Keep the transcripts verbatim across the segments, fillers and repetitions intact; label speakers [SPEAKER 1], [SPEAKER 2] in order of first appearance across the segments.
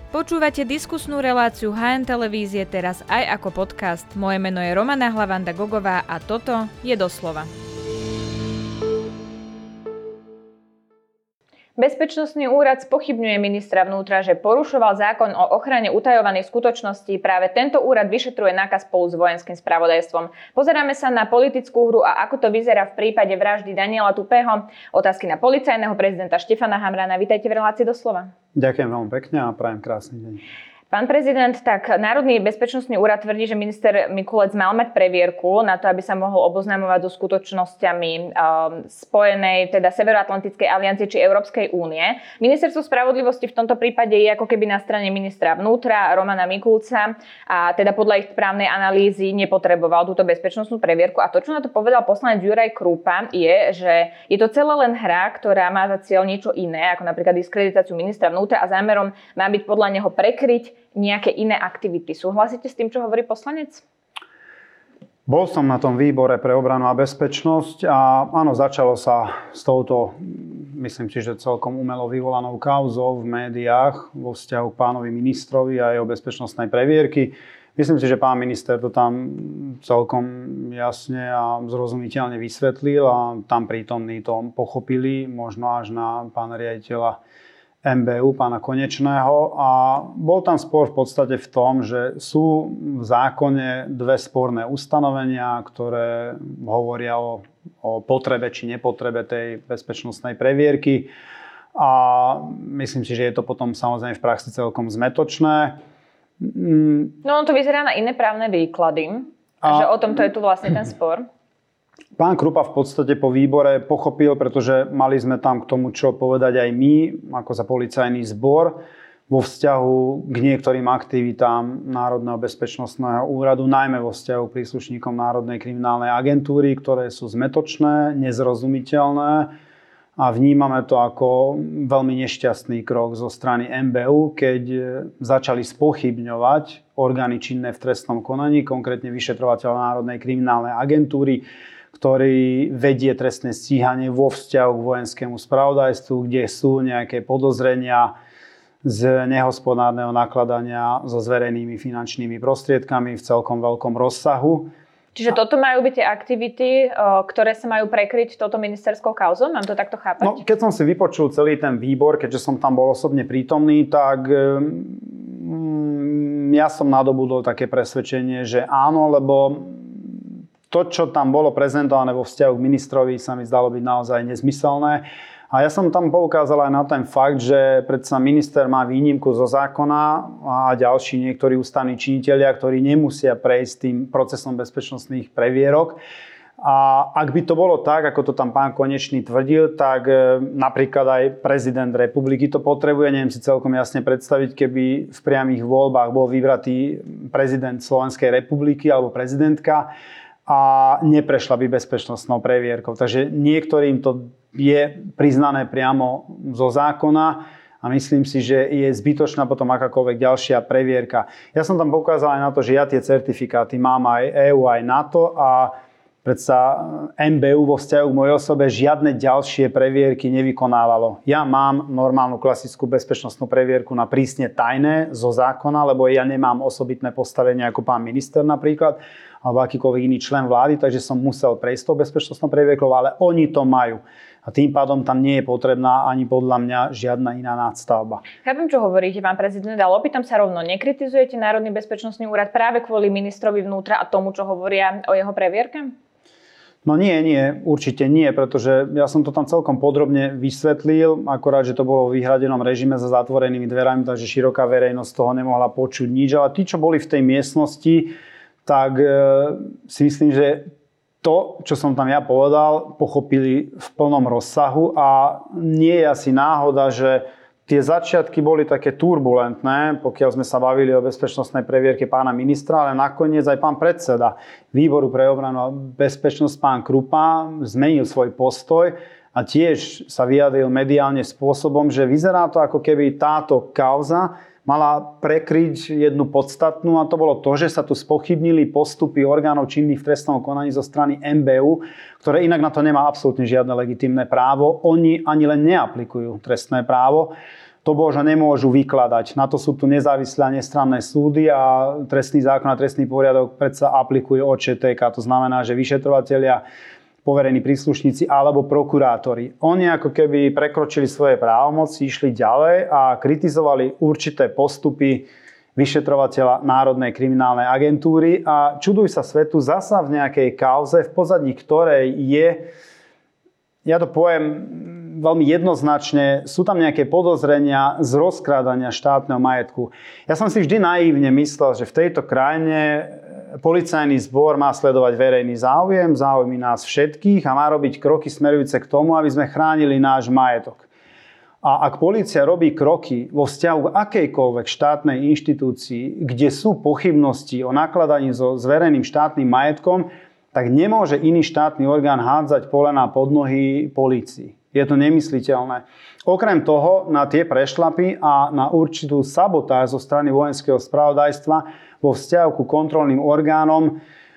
[SPEAKER 1] Počúvate diskusnú reláciu há en televízie teraz aj ako podcast. Moje meno je Romana Hlavanda-Gogová a toto je Doslova. Bezpečnostný úrad spochybňuje ministra vnútra, že porušoval zákon o ochrane utajovaných skutočností. Práve tento úrad vyšetruje nákaz spolu s vojenským spravodajstvom. Pozeráme sa na politickú hru a ako to vyzerá v prípade vraždy Daniela Tupého. Otázky na policajného prezidenta Štefana Hamrana. Vítajte v relácii Doslova.
[SPEAKER 2] Ďakujem veľmi pekne a prajem krásny deň.
[SPEAKER 1] Pán prezident, tak Národný bezpečnostný úrad tvrdí, že minister Mikulec mal mať previerku na to, aby sa mohol oboznamovať so skutočnosťami um, spojenej, teda Severoatlantickej aliancie či Európskej únie. Ministerstvo spravodlivosti v tomto prípade je ako keby na strane ministra vnútra Romana Mikulca a teda podľa ich právnej analýzy nepotreboval túto bezpečnostnú previerku. A to, čo na to povedal poslanec Juraj Krúpa, je, že je to celé len hra, ktorá má za cieľ niečo iné, ako napríklad diskreditáciu ministra vnútra a zámerom má byť podľa neho prekryť nejaké iné aktivity. Súhlasíte s tým, čo hovorí poslanec?
[SPEAKER 2] Bol som na tom výbore pre obranu a bezpečnosť a áno, začalo sa s touto, myslím si, že celkom umelo vyvolanou kauzou v médiách vo vzťahu k pánovi ministrovi a jeho bezpečnostnej previerky. Myslím si, že pán minister to tam celkom jasne a zrozumiteľne vysvetlil a tam prítomní to pochopili, možno až na pána riaditeľa em bé ú, pána Konečného. A bol tam spor v podstate v tom, že sú v zákone dve sporné ustanovenia, ktoré hovoria o, o potrebe či nepotrebe tej bezpečnostnej previerky. A myslím si, že je to potom samozrejme v praxi celkom zmätočné.
[SPEAKER 1] No on to vyzerá na iné právne výklady. A, a že o tomto je tu vlastne ten spor.
[SPEAKER 2] Pán Krupa v podstate po výbore pochopil, pretože mali sme tam k tomu čo povedať aj my, ako za policajný zbor, vo vzťahu k niektorým aktivitám Národného bezpečnostného úradu, najmä vo vzťahu k príslušníkom Národnej kriminálnej agentúry, ktoré sú zmätočné, nezrozumiteľné a vnímame to ako veľmi nešťastný krok zo strany em bé ú, keď začali spochybňovať orgány činné v trestnom konaní, konkrétne vyšetrovateľ Národnej kriminálnej agentúry, ktorý vedie trestné stíhanie vo vzťahu k vojenskému spravodajstvu, kde sú nejaké podozrenia z nehospodárneho nakladania so zverejnými finančnými prostriedkami v celkom veľkom rozsahu.
[SPEAKER 1] Čiže toto majú byť tie aktivity, ktoré sa majú prekryť touto ministerskou kauzou? Mám to takto chápať?
[SPEAKER 2] No, keď som si vypočul celý ten výbor, keďže som tam bol osobne prítomný, tak mm, ja som nadobudol také presvedčenie, že áno, lebo to, čo tam bolo prezentované vo vzťahu k ministrovi, sa mi zdalo byť naozaj nezmyselné. A ja som tam poukázal aj na ten fakt, že predsa minister má výnimku zo zákona a ďalší niektorí ústavní činitelia, ktorí nemusia prejsť tým procesom bezpečnostných previerok. A ak by to bolo tak, ako to tam pán Konečný tvrdil, tak napríklad aj prezident republiky to potrebuje. Neviem si celkom jasne predstaviť, keby v priamych voľbách bol vybratý prezident Slovenskej republiky alebo prezidentka a neprešla by bezpečnostnou previerkou. Takže niektorým to je priznané priamo zo zákona a myslím si, že je zbytočná potom akákoľvek ďalšia previerka. Ja som tam poukázal aj na to, že ja tie certifikáty mám aj é ú, aj NATO a predsa em bé ú vo vzťahu k mojej osobe žiadne ďalšie previerky nevykonávalo. Ja mám normálnu klasickú bezpečnostnú previerku na prísne tajné zo zákona, lebo ja nemám osobitné postavenie ako pán minister napríklad, alebo akýkoľvek iný člen vlády, takže som musel prejsť tou bezpečnostnou previerkou, ale oni to majú. A tým pádom tam nie je potrebná ani podľa mňa žiadna iná nadstavba.
[SPEAKER 1] Chápem, čo hovoríte, pán prezident, ale opýtam sa rovno, nekritizujete Národný bezpečnostný úrad práve kvôli ministrovi vnútra a tomu, čo hovoria o jeho previerke?
[SPEAKER 2] No nie, nie, určite nie, pretože ja som to tam celkom podrobne vysvetlil, akorát, že to bolo v vyhradenom režime za zatvorenými dverami, takže široká verejnosť toho nemohla počuť nič, ale tí, čo boli v tej miestnosti, tak e, si myslím, že to, čo som tam ja povedal, pochopili v plnom rozsahu a nie je asi náhoda, že tie začiatky boli také turbulentné, pokiaľ sme sa bavili o bezpečnostnej previerke pána ministra, ale nakoniec aj pán predseda Výboru pre obranu a bezpečnosť, pán Krupa, zmenil svoj postoj a tiež sa vyjadril mediálne spôsobom, že vyzerá to, ako keby táto kauza mala prekryť jednu podstatnú a to bolo to, že sa tu spochybnili postupy orgánov činných v trestnom konaní zo strany em bé ú, ktoré inak na to nemá absolútne žiadne legitímne právo. Oni ani len neaplikujú trestné právo. to bože nemôžu vykladať. Na to sú tu nezávislé a nestranné súdy a trestný zákon a trestný poriadok predsa aplikuje ó čé té ká. To znamená, že vyšetrovatelia, poverení príslušníci alebo prokurátori. Oni ako keby prekročili svoje právomoci, išli ďalej a kritizovali určité postupy vyšetrovateľa Národnej kriminálnej agentúry a čuduj sa svetu, zasa v nejakej kauze, v pozadí ktorej je, ja to poviem veľmi jednoznačne, sú tam nejaké podozrenia z rozkrádania štátneho majetku. Ja som si vždy naivne myslel, že v tejto krajine policajný zbor má sledovať verejný záujem, záujmy nás všetkých a má robiť kroky smerujúce k tomu, aby sme chránili náš majetok. A ak polícia robí kroky vo vzťahu k akejkoľvek štátnej inštitúcii, kde sú pochybnosti o nakladaní so zvereným štátnym majetkom, tak nemôže iný štátny orgán hádzať polená pod nohy polícii. Je to nemysliteľné. Okrem toho, na tie prešlapy a na určitú sabotáž zo strany vojenského spravodajstva vo vzťahu ku kontrolným orgánom,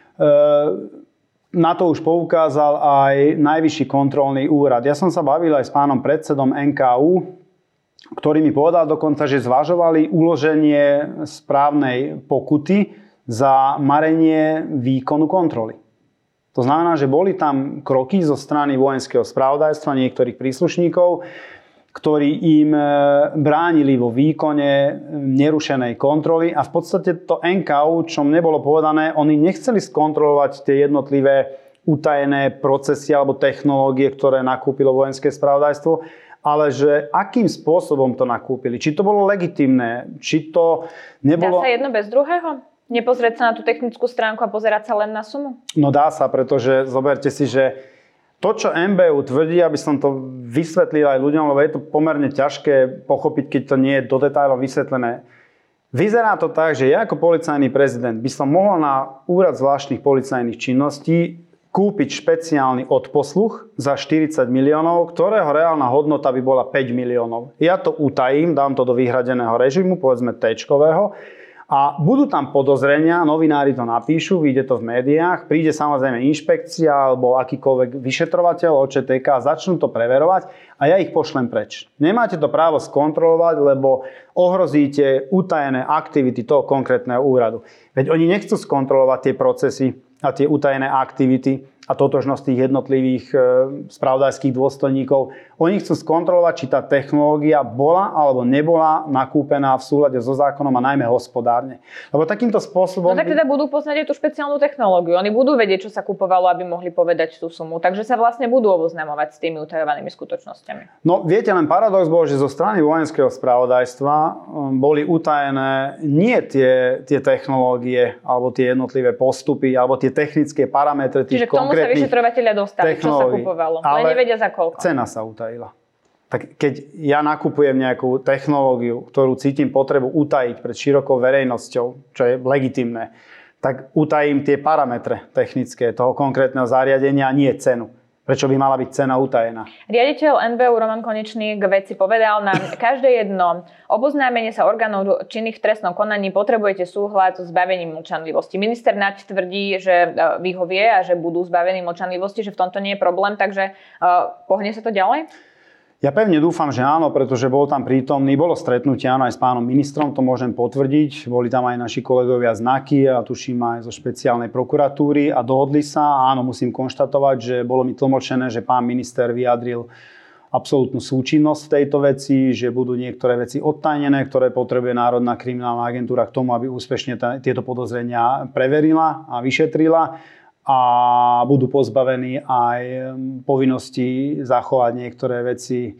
[SPEAKER 2] na to už poukázal aj Najvyšší kontrolný úrad. Ja som sa bavil aj s pánom predsedom en ká ú, ktorý mi povedal dokonca, že zvažovali uloženie správnej pokuty za marenie výkonu kontroly. To znamená, že boli tam kroky zo strany vojenského spravodajstva niektorých príslušníkov, ktorí im bránili vo výkone nerušenej kontroly a v podstate to en ká ú, čom nebolo povedané, oni nechceli skontrolovať tie jednotlivé utajené procesy alebo technológie, ktoré nakúpilo vojenské spravodajstvo, ale že akým spôsobom to nakúpili. Či to bolo legitimné, či to nebolo...
[SPEAKER 1] Dá sa jedno bez druhého? Nepozrieť sa na tú technickú stránku a pozerať sa len na sumu?
[SPEAKER 2] No dá sa, pretože zoberte si, že to, čo en bé ú tvrdí, aby som to vysvetlil aj ľuďom, lebo je to pomerne ťažké pochopiť, keď to nie je do detailov vysvetlené. Vyzerá to tak, že ja ako policajný prezident by som mohol na úrad zvláštnych policajných činností kúpiť špeciálny odposluch za štyridsať miliónov, ktorého reálna hodnota by bola päť miliónov. Ja to utajím, dám to do vyhradeného režimu, povedzme téčkového, a budú tam podozrenia, novinári to napíšu, vyjde to v médiách, príde samozrejme inšpekcia alebo akýkoľvek vyšetrovateľ ó čé té ká, začnú to preverovať a ja ich pošlem preč. Nemáte to právo skontrolovať, lebo ohrozíte utajené aktivity toho konkrétneho úradu. Veď oni nechcú skontrolovať tie procesy a tie utajené aktivity a totožnosť tých jednotlivých e, spravodajských dôstojníkov. Oni chcú skontrolovať, či tá technológia bola alebo nebola nakúpená v súlade so zákonom a najmä hospodárne. Lebo takýmto spôsobom...
[SPEAKER 1] No tak teda budú poznať aj tú špeciálnu technológiu. Oni budú vedieť, čo sa kupovalo, aby mohli povedať tú sumu. Takže sa vlastne budú oboznamovať s tými utajovanými skutočnosťami.
[SPEAKER 2] No viete, len paradox bol, že zo strany vojenského spravodajstva boli utajené nie tie, tie technológie alebo tie jednotlivé postupy alebo tie technické parametre tých konkrétnych
[SPEAKER 1] sa vyšetrovatelia dostali, čo sa kupovalo. Ale nevedia za koľko.
[SPEAKER 2] Cena sa utajila. Tak keď ja nakupujem nejakú technológiu, ktorú cítim potrebu utajiť pred širokou verejnosťou, čo je legitimné, tak utajím tie parametre technické toho konkrétneho zariadenia, nie cenu. Prečo by mala byť cena utajená?
[SPEAKER 1] Riaditeľ en bé ú Roman Konečný k veci povedal, na každé jedno oboznámenie sa orgánov činných v trestnom konaní potrebujete súhlas so zbavením mlčanlivosti. Minister Naď tvrdí, že vyhovie a že budú zbavení mlčanlivosti, že v tomto nie je problém, takže uh, pohne sa to ďalej?
[SPEAKER 2] Ja pevne dúfam, že áno, pretože bol tam prítomný, bolo stretnutie áno aj s pánom ministrom, to môžem potvrdiť. Boli tam aj naši kolegovia z NAKY a tuším aj zo špeciálnej prokuratúry a dohodli sa. Áno, musím konštatovať, že bolo mi tlmočené, že pán minister vyjadril absolútnu súčinnosť v tejto veci, že budú niektoré veci odtajnené, ktoré potrebuje Národná kriminálna agentúra k tomu, aby úspešne t- tieto podozrenia preverila a vyšetrila. A budú pozbavení aj povinnosti zachovať niektoré veci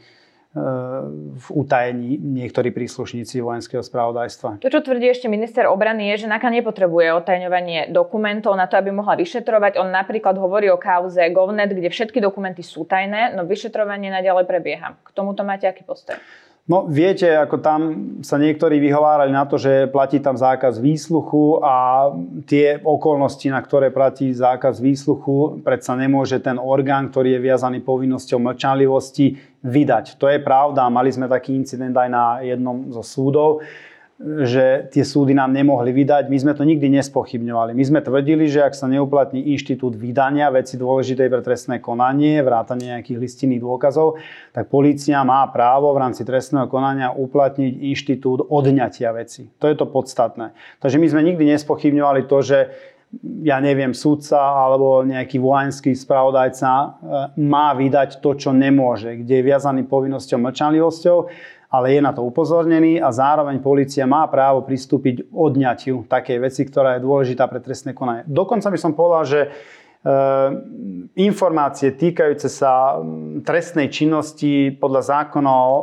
[SPEAKER 2] v utajení niektorí príslušníci vojenského spravodajstva.
[SPEAKER 1] To, čo tvrdí ešte minister obrany, je, že NAKA nepotrebuje odtajňovanie dokumentov na to, aby mohla vyšetrovať. On napríklad hovorí o kauze GovNet, kde všetky dokumenty sú tajné, no vyšetrovanie naďalej prebieha. K tomuto máte aký postoj?
[SPEAKER 2] No viete, ako tam sa niektorí vyhovárali na to, že platí tam zákaz výsluchu a tie okolnosti, na ktoré platí zákaz výsluchu, predsa nemôže ten orgán, ktorý je viazaný povinnosťou mlčanlivosti, vydať. To je pravda. Mali sme taký incident aj na jednom zo súdov. že tie súdy nám nemohli vydať. My sme to nikdy nespochybňovali. My sme tvrdili, že ak sa neuplatní inštitút vydania veci dôležitej pre trestné konanie, vrátane nejakých listinných dôkazov, tak polícia má právo v rámci trestného konania uplatniť inštitút odňatia veci. To je to podstatné. Takže my sme nikdy nespochybňovali to, že ja neviem, sudca alebo nejaký vojenský spravodajca má vydať to, čo nemôže, kde je viazaný povinnosťou mlčanlivosťou, ale je na to upozornený a zároveň polícia má právo pristúpiť k odňatiu takej veci, ktorá je dôležitá pre trestné konanie. Dokonca by som povedal, že e, informácie týkajúce sa trestnej činnosti podľa zákona o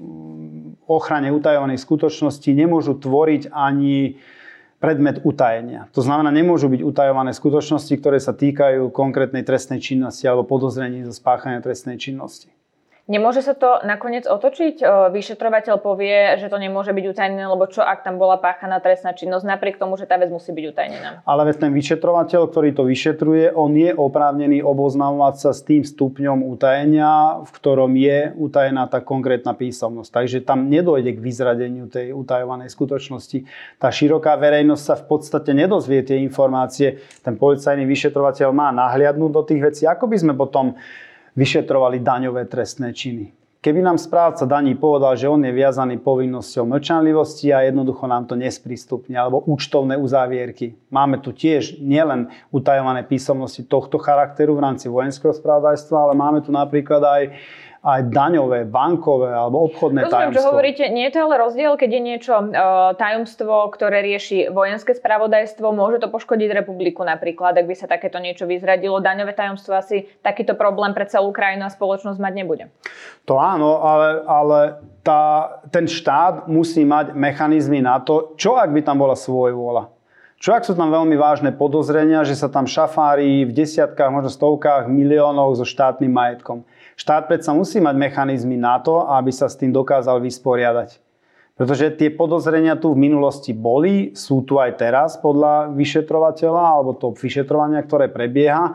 [SPEAKER 2] ochrane utajovanej skutočnosti nemôžu tvoriť ani predmet utajenia. To znamená, nemôžu byť utajované skutočnosti, ktoré sa týkajú konkrétnej trestnej činnosti alebo podozrení zo spáchania trestnej činnosti.
[SPEAKER 1] Nemôže sa to nakoniec otočiť? Vyšetrovateľ povie, že to nemôže byť utajnené, lebo čo ak tam bola páchaná trestná činnosť, napriek tomu, že tá vec musí byť utajnená. Ale
[SPEAKER 2] veď ten vyšetrovateľ, ktorý to vyšetruje, on je oprávnený oboznamovať sa s tým stupňom utajenia, v ktorom je utajená tá konkrétna písomnosť. Takže tam nedojde k vyzradeniu tej utajovanej skutočnosti. Tá široká verejnosť sa v podstate nedozvie tie informácie. Ten policajný vyšetrovateľ má nahliadnúť do tých vecí. Ako by sme potom vyšetrovali daňové trestné činy? Keby nám správca daní povedal, že on je viazaný povinnosťou mlčanlivosti a jednoducho nám to nesprístupní, alebo účtovné uzávierky. Máme tu tiež nielen utajované písomnosti tohto charakteru v rámci vojenského spravodajstva, ale máme tu napríklad aj aj daňové, bankové alebo obchodné
[SPEAKER 1] Rozumiem,
[SPEAKER 2] tajomstvo.
[SPEAKER 1] Čo hovoríte, nie je to ale rozdiel, keď je niečo e, tajomstvo, ktoré rieši vojenské spravodajstvo, môže to poškodiť republiku napríklad, ak by sa takéto niečo vyzradilo. Daňové tajomstvo asi takýto problém pre celú krajinu a spoločnosť mať nebude.
[SPEAKER 2] To áno, ale, ale tá, ten štát musí mať mechanizmy na to, čo ak by tam bola svojvôľa. Čo ak sú tam veľmi vážne podozrenia, že sa tam šafári v desiatkách, možno stovkách miliónov so štátnym majetkom. Štát predsa musí mať mechanizmy na to, aby sa s tým dokázal vysporiadať. Pretože tie podozrenia tu v minulosti boli, sú tu aj teraz podľa vyšetrovateľa alebo to vyšetrovania, ktoré prebieha.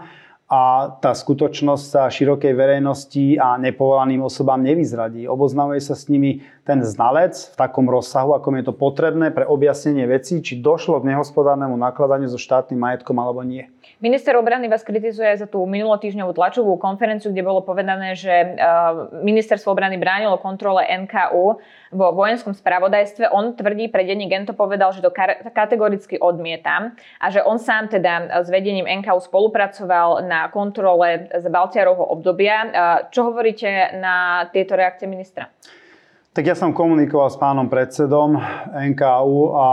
[SPEAKER 2] A tá skutočnosť sa širokej verejnosti a nepovolaným osobám nevyzradí. Oboznamuje sa s nimi ten znalec v takom rozsahu, akom je to potrebné pre objasnenie vecí, či došlo k nehospodárnemu nakladaniu so štátnym majetkom alebo nie.
[SPEAKER 1] Minister obrany vás kritizuje za tú minulotýždňovú tlačovú konferenciu, kde bolo povedané, že ministerstvo obrany bránilo kontrole en ká ú vo vojenskom spravodajstve. On tvrdí, pre denník N to povedal, že to kategoricky odmieta a že on sám teda s vedením en ká ú spolupracoval na kontrole z Balciarovho obdobia. Čo hovoríte na tieto reakcie ministra?
[SPEAKER 2] Tak ja som komunikoval s pánom predsedom en ká ú a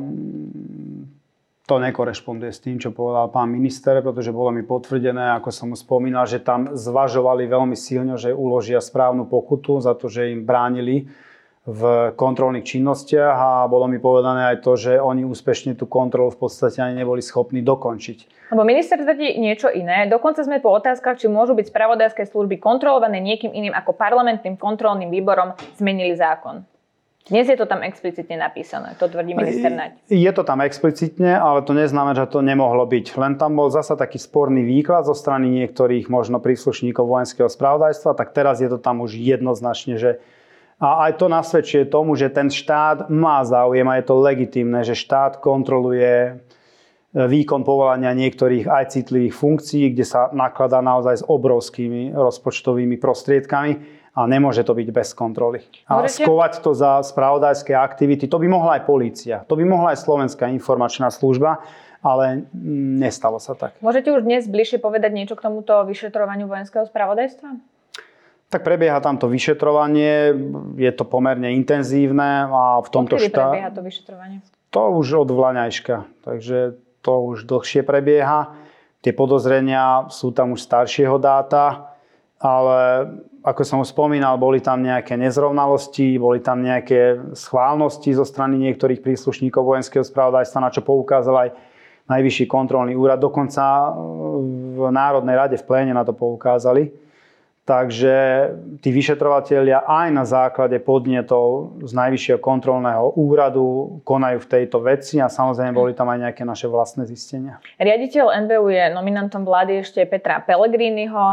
[SPEAKER 2] to nekorešponduje s tým, čo povedal pán minister, pretože bolo mi potvrdené, ako som mu spomínal, že tam zvažovali veľmi silne, že uložia správnu pokutu za to, že im bránili v kontrolných činnostiach a bolo mi povedané aj to, že oni úspešne tú kontrolu v podstate ani neboli schopní dokončiť.
[SPEAKER 1] Lebo minister tvrdí niečo iné. Dokonca sme po otázkach, či môžu byť spravodajské služby kontrolované niekým iným ako parlamentným kontrolným výborom, zmenili zákon. Dnes je to tam explicitne napísané, to tvrdí minister Naď.
[SPEAKER 2] Je to tam explicitne, ale to neznamená, že to nemohlo byť. Len tam bol zasa taký sporný výklad zo strany niektorých možno príslušníkov vojenského spravodajstva, tak teraz je to tam už jednoznačne, že a aj to nasvedčuje tomu, že ten štát má záujem a je to legitímne, že štát kontroluje výkon povolania niektorých aj citlivých funkcií, kde sa nakladá naozaj s obrovskými rozpočtovými prostriedkami. A nemôže to byť bez kontroly. A Môžete? Skovať to za spravodajské aktivity, to by mohla aj polícia, to by mohla aj Slovenská informačná služba, ale nestalo sa tak.
[SPEAKER 1] Môžete už dnes bližšie povedať niečo k tomuto vyšetrovaniu vojenského spravodajstva?
[SPEAKER 2] Tak prebieha tam to vyšetrovanie, je to pomerne intenzívne a v tomto
[SPEAKER 1] Odkedy
[SPEAKER 2] štá...
[SPEAKER 1] prebieha to vyšetrovanie?
[SPEAKER 2] To už od vlaňajška, takže to už dlhšie prebieha. Tie podozrenia sú tam už staršieho dáta, ale ako som už spomínal, boli tam nejaké nezrovnalosti, boli tam nejaké schválnosti zo strany niektorých príslušníkov vojenského spravodajstva, na čo poukázal aj Najvyšší kontrolný úrad. Dokonca v Národnej rade v pléne na to poukázali. Takže tí vyšetrovatelia aj na základe podnetov z Najvyššieho kontrolného úradu konajú v tejto veci a samozrejme boli tam aj nejaké naše vlastné zistenia.
[SPEAKER 1] Riaditeľ en bé ú je nominantom vlády ešte Petra Pellegriniho.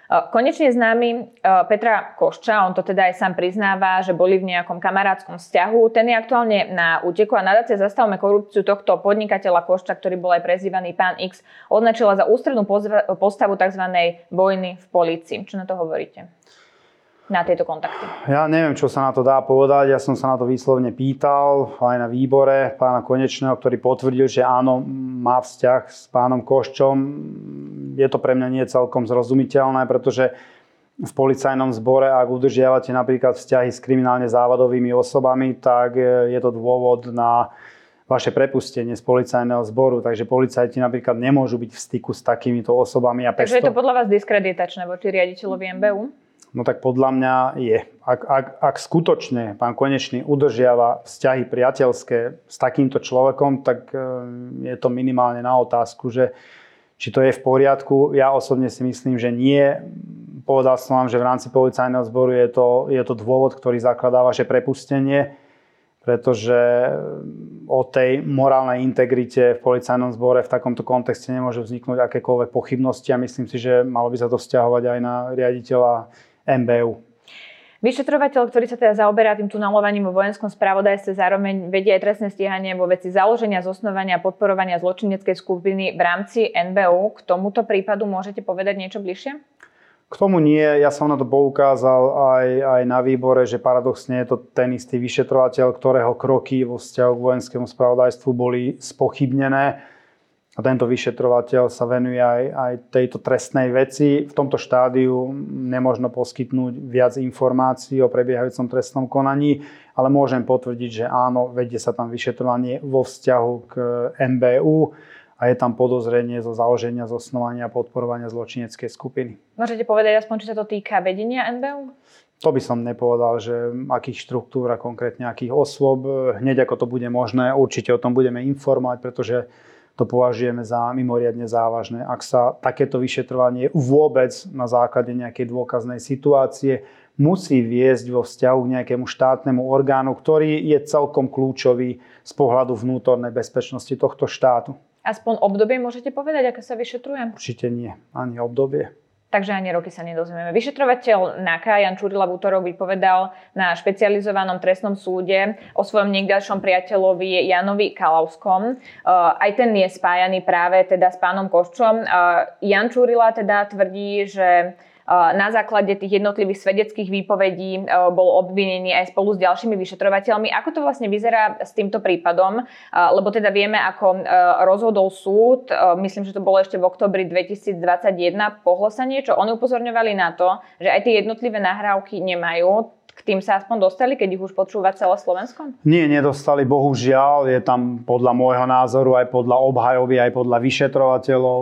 [SPEAKER 1] Konečne známy Petra Košča, on to teda aj sám priznáva, že boli v nejakom kamarátskom vzťahu. Ten je aktuálne na úteku a nadácia Zastavme korupciu tohto podnikateľa Košča, ktorý bol aj prezývaný Pán X, označila za ústrednú postavu tzv. Vojny v polícii. Čo na to hovoríte? Na tieto kontakty?
[SPEAKER 2] Ja neviem, čo sa na to dá povedať. Ja som sa na to výslovne pýtal aj na výbore pána Konečného, ktorý potvrdil, že áno, má vzťah s pánom Koščom. Je to pre mňa nie celkom zrozumiteľné, pretože v policajnom zbore, ak udržiavate napríklad vzťahy s kriminálne závadovými osobami, tak je to dôvod na vaše prepustenie z policajného zboru. Takže policajti napríklad nemôžu byť v styku s takýmito osobami. A
[SPEAKER 1] Takže pesto... je to podľa vás diskreditačné voči riaditeľovi em bé ú?
[SPEAKER 2] No tak podľa mňa je. Ak, ak, ak skutočne pán Konečný udržiava vzťahy priateľské s takýmto človekom, tak je to minimálne na otázku, že či to je v poriadku. Ja osobne si myslím, že nie. Povedal som vám, že v rámci policajného zboru je to, je to dôvod, ktorý zakladá vaše prepustenie, pretože o tej morálnej integrite v policajnom zbore v takomto kontexte nemôžu vzniknúť akékoľvek pochybnosti a myslím si, že malo by sa to vzťahovať aj na riaditeľa em bé ú.
[SPEAKER 1] Vyšetrovateľ, ktorý sa teda zaoberá tým tunelovaním vo vojenskom spravodajstve, zároveň vedie aj trestné stíhanie vo veci založenia, zosnovania a podporovania zločineckej skupiny v rámci en bé ú. K tomuto prípadu môžete povedať niečo bližšie?
[SPEAKER 2] K tomu nie. Ja som na to poukázal aj, aj na výbore, že paradoxne je to ten istý vyšetrovateľ, ktorého kroky vo vzťahu k vojenskému spravodajstvu boli spochybnené. A tento vyšetrovateľ sa venuje aj, aj tejto trestnej veci. V tomto štádiu nemožno poskytnúť viac informácií o prebiehajúcom trestnom konaní, ale môžem potvrdiť, že áno, vedie sa tam vyšetrovanie vo vzťahu k en bé ú a je tam podozrenie zo založenia, zosnovania a podporovania zločineckej skupiny.
[SPEAKER 1] Môžete povedať aspoň, či sa to týka vedenia en bé ú?
[SPEAKER 2] To by som nepovedal, že akých štruktúr a konkrétne akých osôb. Hneď ako to bude možné, určite o tom budeme informovať, pretože to považujeme za mimoriadne závažné. Ak sa takéto vyšetrovanie vôbec na základe nejakej dôkaznej situácie musí viesť vo vzťahu k nejakému štátnemu orgánu, ktorý je celkom kľúčový z pohľadu vnútornej bezpečnosti tohto štátu.
[SPEAKER 1] Aspoň obdobie môžete povedať, ako sa vyšetruje?
[SPEAKER 2] Určite nie, ani obdobie.
[SPEAKER 1] Takže ani roky sa nedozvieme. Vyšetrovateľ NAKA Jan Čurila v útorok vypovedal na špecializovanom trestnom súde o svojom niekdajšom priateľovi Janovi Kalauskom. Aj ten je spájaný práve teda s pánom Koščom. Jan Čurila teda tvrdí, že na základe tých jednotlivých svedeckých výpovedí bol obvinený aj spolu s ďalšími vyšetrovateľmi. Ako to vlastne vyzerá s týmto prípadom? Lebo teda vieme, ako rozhodol súd, myslím, že to bolo ešte v októbri dvetisícdvadsaťjeden, pohlo sa niečo. Oni upozorňovali na to, že aj tie jednotlivé nahrávky nemajú. K tým sa aspoň dostali, keď ich už počúva celé Slovensko? Nie,
[SPEAKER 2] nedostali, bohužiaľ. Je tam podľa môjho názoru, aj podľa obhajoby, aj podľa vyšetrovateľov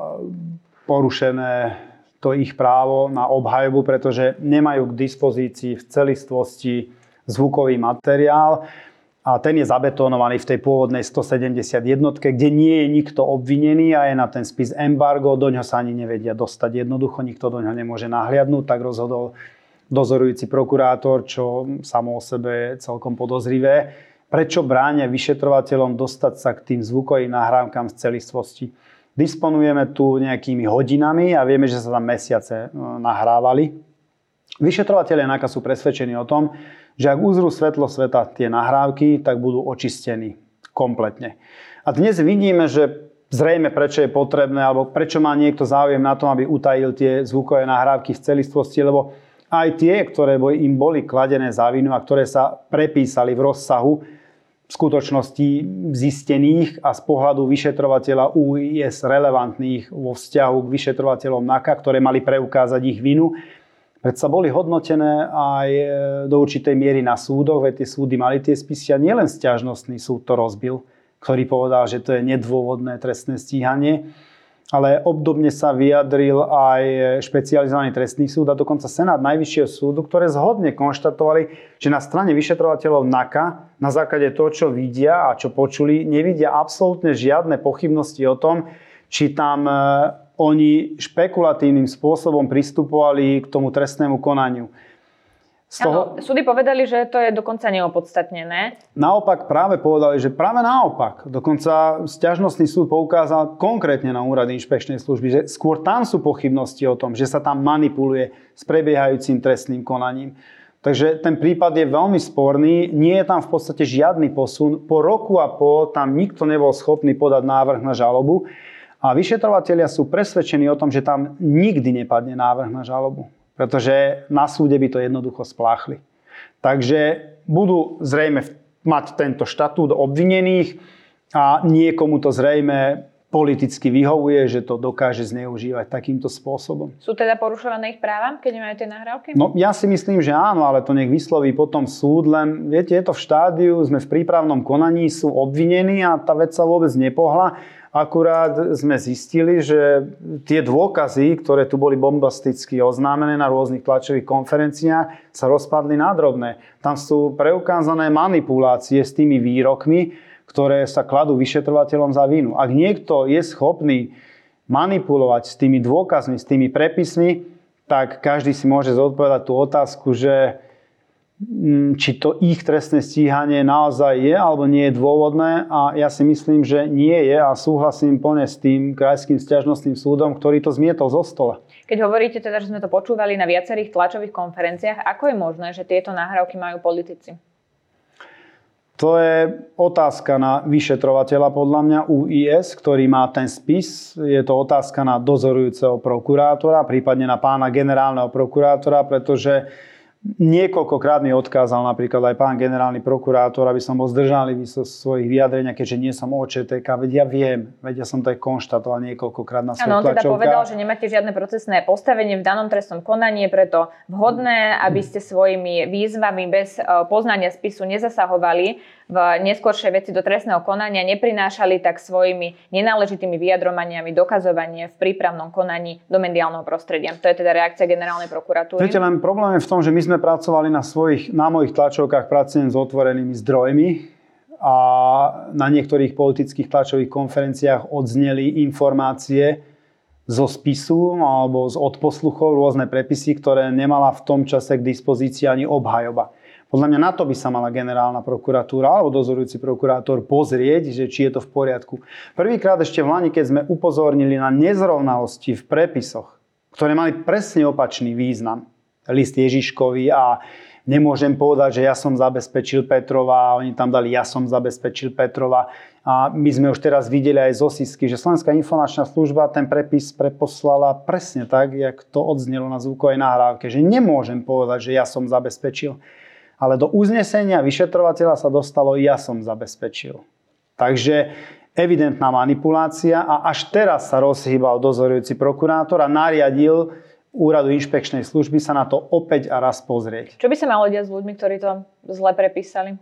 [SPEAKER 2] porušené to ich právo na obhajobu, pretože nemajú k dispozícii v celistvosti zvukový materiál a ten je zabetonovaný v tej pôvodnej stosedemdesiatjeden, kde nie je nikto obvinený a je na ten spis embargo, doňho sa ani nevedia dostať jednoducho, nikto doňho nemôže nahliadnúť, tak rozhodol dozorujúci prokurátor, čo samo o sebe je celkom podozrivé. Prečo bránia vyšetrovateľom dostať sa k tým zvukovým nahrávkam z celistvosti? Disponujeme tu nejakými hodinami a vieme, že sa tam mesiace nahrávali. Vyšetrovatelia NAKA sú presvedčení o tom, že ak uzrú svetlo sveta tie nahrávky, tak budú očistení kompletne. A dnes vidíme, že zrejme prečo je potrebné, alebo prečo má niekto záujem na tom, aby utajil tie zvukové nahrávky v celistvosti, lebo aj tie, ktoré im boli kladené za vinu a ktoré sa prepísali v rozsahu v skutočnosti zistených a z pohľadu vyšetrovateľa ú í es relevantných vo vzťahu k vyšetrovateľom NAKA, ktoré mali preukázať ich vinu, predsa boli hodnotené aj do určitej miery na súdoch, veď tie súdy mali tie spisy a nielen sťažnostný súd to rozbil, ktorý povedal, že to je nedôvodné trestné stíhanie, ale obdobne sa vyjadril aj špecializovaný trestný súd a dokonca Senát Najvyššieho súdu, ktoré zhodne konštatovali, že na strane vyšetrovateľov NAKA na základe toho, čo vidia a čo počuli, nevidia absolútne žiadne pochybnosti o tom, či tam oni špekulatívnym spôsobom pristupovali k tomu trestnému konaniu. Z toho...
[SPEAKER 1] Áno, súdy povedali, že to je dokonca neopodstatnené.
[SPEAKER 2] Naopak práve povedali, že práve naopak. Dokonca sťažnostný súd poukázal konkrétne na úrad inšpekčnej služby, že skôr tam sú pochybnosti o tom, že sa tam manipuluje s prebiehajúcim trestným konaním. Takže ten prípad je veľmi sporný, nie je tam v podstate žiadny posun. Po roku a pol tam nikto nebol schopný podať návrh na žalobu a vyšetrovatelia sú presvedčení o tom, že tam nikdy nepadne návrh na žalobu. Pretože na súde by to jednoducho spláchli. Takže budú zrejme mať tento štatút obvinených a niekomu to zrejme politicky vyhovuje, že to dokáže zneužívať takýmto spôsobom.
[SPEAKER 1] Sú teda porušované ich práva, keď nemajú tie nahrávky?
[SPEAKER 2] No ja si myslím, že áno, ale to nech vysloví potom súd, len viete, je to v štádiu, sme v prípravnom konaní, sú obvinení a tá vec sa vôbec nepohla. Akurát sme zistili, že tie dôkazy, ktoré tu boli bombasticky oznámené na rôznych tlačových konferenciách, sa rozpadli na drobné. Tam sú preukázané manipulácie s tými výrokmi, ktoré sa kladú vyšetrovateľom za vinu. Ak niekto je schopný manipulovať s tými dôkazmi, s tými prepismi, tak každý si môže zodpovedať tú otázku, že či to ich trestné stíhanie naozaj je alebo nie je dôvodné a ja si myslím, že nie je a súhlasím plne s tým krajským sťažnostným súdom, ktorý to zmietol zo stola.
[SPEAKER 1] Keď hovoríte teda, že sme to počúvali na viacerých tlačových konferenciách, ako je možné, že tieto nahrávky majú politici?
[SPEAKER 2] To je otázka na vyšetrovateľa podľa mňa ú í es, ktorý má ten spis. Je to otázka na dozorujúceho prokurátora, prípadne na pána generálneho prokurátora, pretože niekoľkokrát mi odkázal napríklad aj pán generálny prokurátor, aby som bol zdržanlivý zo svojich vyjadreniach, keďže nie som ó čé té ká, veď ja viem, veď ja som to aj konštatoval niekoľkokrát na svojich tlačovkách.
[SPEAKER 1] Áno, on teda povedal, že nemáte žiadne procesné postavenie v danom trestnom konaní, je preto vhodné, aby ste svojimi výzvami bez poznania spisu nezasahovali v neskôršej veci do trestného konania, neprinášali tak svojimi nenáležitými vyjadrovaniami dokazovanie v prípravnom konaní do mediálneho prostredia. To je teda reakcia generálnej prokuratúry.
[SPEAKER 2] Viete, len problém je v tom, že my sme pracovali na svojich, na mojich tlačovkách, pracujem s otvorenými zdrojmi a na niektorých politických tlačových konferenciách odzneli informácie zo spisu alebo z odposluchov, rôzne prepisy, ktoré nemala v tom čase k dispozícii ani obhajoba. Podľa mňa na to by sa mala generálna prokuratúra alebo dozorujúci prokurátor pozrieť, že či je to v poriadku. Prvýkrát ešte v Lani, keď sme upozornili na nezrovnalosti v prepisoch, ktoré mali presne opačný význam. List Ježiškovi a nemôžem povedať, že ja som zabezpečil Petrova a oni tam dali ja som zabezpečil Petrova. A my sme už teraz videli aj z osisky, že Slovenská informačná služba ten prepis preposlala presne tak, jak to odznelo na zvukovej nahrávke. Že nemôžem povedať, že ja som zabezpečil. Ale do uznesenia vyšetrovateľa sa dostalo ja som zabezpečil. Takže evidentná manipulácia a až teraz sa rozhýbal dozorujúci prokurátor a nariadil úradu inšpekčnej služby sa na to opäť a raz pozrieť.
[SPEAKER 1] Čo by sa malo diať s ľuďmi, ktorí to zle prepísali?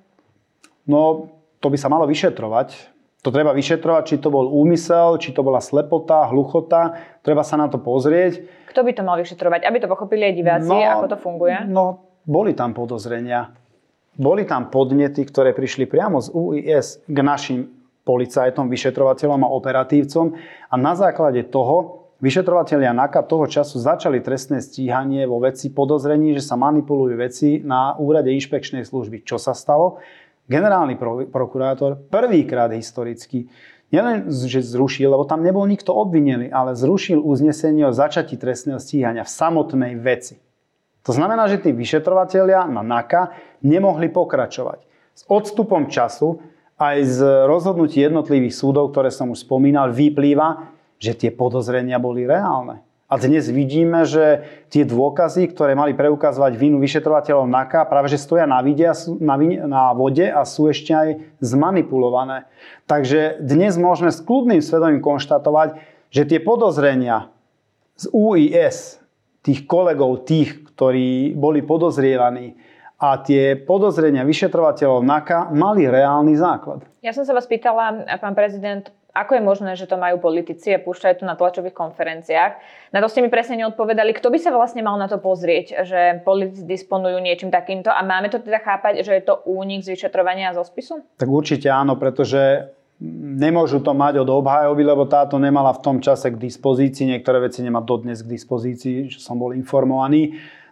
[SPEAKER 2] No, to by sa malo vyšetrovať. To treba vyšetrovať, či to bol úmysel, či to bola slepota, hluchota. Treba sa na to pozrieť.
[SPEAKER 1] Kto by to mal vyšetrovať? Aby to pochopili aj diváci,
[SPEAKER 2] no,
[SPEAKER 1] ako to funguje?
[SPEAKER 2] No, boli tam podozrenia. Boli tam podnety, ktoré prišli priamo z ú í es k našim policajtom, vyšetrovateľom a operatívcom. A na základe toho vyšetrovatelia NAKA toho času začali trestné stíhanie vo veci podozrení, že sa manipulujú veci na úrade inšpekčnej služby. Čo sa stalo? Generálny prokurátor prvýkrát historicky nielen, že zrušil, lebo tam nebol nikto obvinený, ale zrušil uznesenie o začatí trestného stíhania v samotnej veci. To znamená, že tí vyšetrovatelia na NAKA nemohli pokračovať. S odstupom času aj z rozhodnutí jednotlivých súdov, ktoré som už spomínal, vyplýva, že tie podozrenia boli reálne. A dnes vidíme, že tie dôkazy, ktoré mali preukazovať vinu vyšetrovateľov NAKA, práve že stoja na, vide, na, na vode a sú ešte aj zmanipulované. Takže dnes môžeme s kľudným svedomím konštatovať, že tie podozrenia z ú í es, tých kolegov, tých, ktorí boli podozrievaní, a tie podozrenia vyšetrovateľov NAKA mali reálny základ.
[SPEAKER 1] Ja som sa vás pýtala, pán prezident, ako je možné, že to majú politici a púšťajú to na tlačových konferenciách. Na to ste mi presne neodpovedali. Kto by sa vlastne mal na to pozrieť, že politici disponujú niečím takýmto a máme to teda chápať, že je to únik z vyšetrovania zo spisu? Tak
[SPEAKER 2] určite áno, pretože nemôžu to mať od obhajoby, lebo táto nemala v tom čase k dispozícii. Niektoré veci nemá dodnes k dispozícii, že som bol informovaný.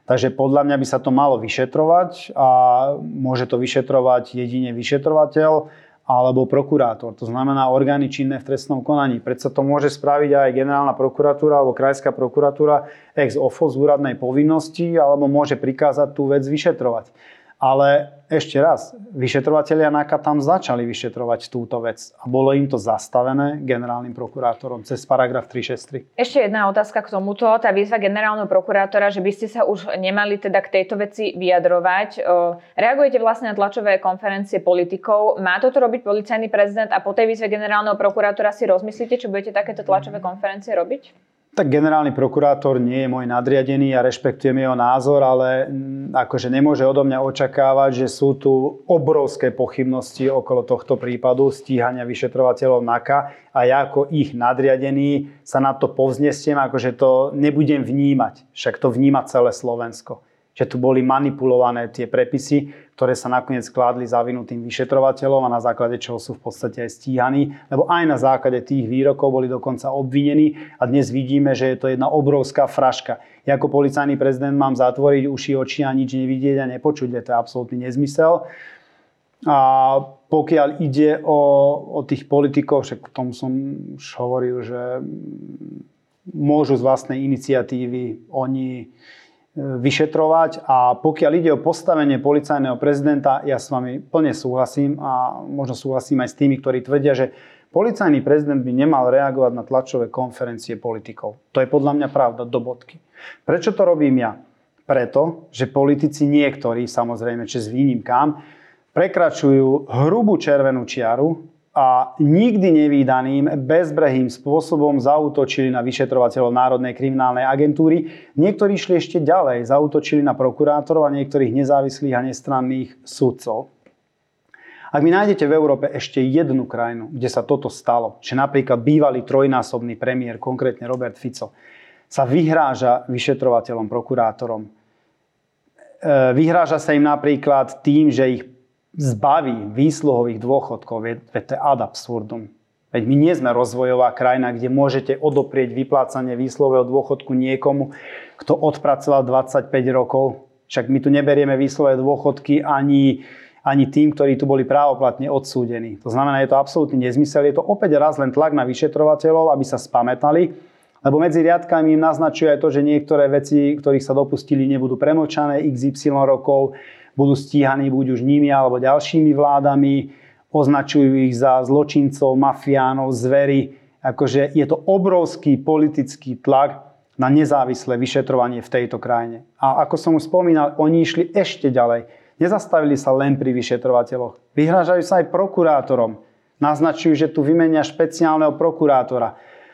[SPEAKER 2] Takže podľa mňa by sa to malo vyšetrovať a môže to vyšetrovať jedine vyšetrovateľ alebo prokurátor. To znamená orgány činné v trestnom konaní. Predsa to môže spraviť aj generálna prokuratúra alebo krajská prokuratúra ex ofo z úradnej povinnosti alebo môže prikázať tú vec vyšetrovať. Ale ešte raz, vyšetrovatelia NAKA tam začali vyšetrovať túto vec a bolo im to zastavené generálnym prokurátorom cez paragraf tri šesť tri.
[SPEAKER 1] Ešte jedna otázka k tomuto. Tá výzva generálneho prokurátora, že by ste sa už nemali teda k tejto veci vyjadrovať. Reagujete vlastne na tlačové konferencie politikov. Má toto robiť policajný prezident a po tej výzve generálneho prokurátora si rozmyslíte, či budete takéto tlačové konferencie robiť?
[SPEAKER 2] Tak generálny prokurátor nie je môj nadriadený, ja rešpektujem jeho názor, ale akože nemôže odo mňa očakávať, že sú tu obrovské pochybnosti okolo tohto prípadu stíhania vyšetrovateľov NAKA a ja ako ich nadriadený sa na to povznesiem, akože to nebudem vnímať. Však to vníma celé Slovensko. Že tu boli manipulované tie prepisy, ktoré sa nakoniec kládli za vinu tým vyšetrovateľom a na základe čoho sú v podstate aj stíhaní, lebo aj na základe tých výrokov boli dokonca obvinení a dnes vidíme, že je to jedna obrovská fraška. Ja ako policajný prezident mám zatvoriť uši, oči a nič nevidieť a nepočuť, to je absolútny nezmysel. A pokiaľ ide o, o tých politikov, však k tomu som už hovoril, že môžu z vlastnej iniciatívy oni vyšetrovať a pokiaľ ide o postavenie policajného prezidenta, ja s vami plne súhlasím a možno súhlasím aj s tými, ktorí tvrdia, že policajný prezident by nemal reagovať na tlačové konferencie politikov. To je podľa mňa pravda do bodky. Prečo to robím ja? Preto, že politici niektorí, samozrejme, čes výnimkám, prekračujú hrubú červenú čiaru a nikdy nevídaným, bezbrehým spôsobom zaútočili na vyšetrovateľov Národnej kriminálnej agentúry. Niektorí šli ešte ďalej, zaútočili na prokurátorov a niektorých nezávislých a nestranných sudcov. Ak mi nájdete v Európe ešte jednu krajinu, kde sa toto stalo, že napríklad bývalý trojnásobný premiér, konkrétne Robert Fico, sa vyhráža vyšetrovateľom, prokurátorom. Vyhráža sa im napríklad tým, že ich zbaví výsluhových dôchodkov, veď to je ad absurdum. Veď my nie sme rozvojová krajina, kde môžete odoprieť vyplácanie výsluhového dôchodku niekomu, kto odpracoval dvadsaťpäť rokov. Však my tu neberieme výsluhové dôchodky ani, ani tým, ktorí tu boli právoplatne odsúdení. To znamená, je to absolútny nezmysel. Je to opäť raz len tlak na vyšetrovateľov, aby sa spamätali, lebo medzi riadkami im naznačuje aj to, že niektoré veci, ktorých sa dopustili, nebudú premlčané iks ypsilon rokov, budú stíhaní buď už nimi alebo ďalšími vládami, označujú ich za zločincov, mafiánov, zvery. Akože je to obrovský politický tlak na nezávislé vyšetrovanie v tejto krajine. A ako som už spomínal, oni išli ešte ďalej. Nezastavili sa len pri vyšetrovateľoch. Vyhrážajú sa aj prokurátorom. Naznačujú, že tu vymenia špeciálneho prokurátora.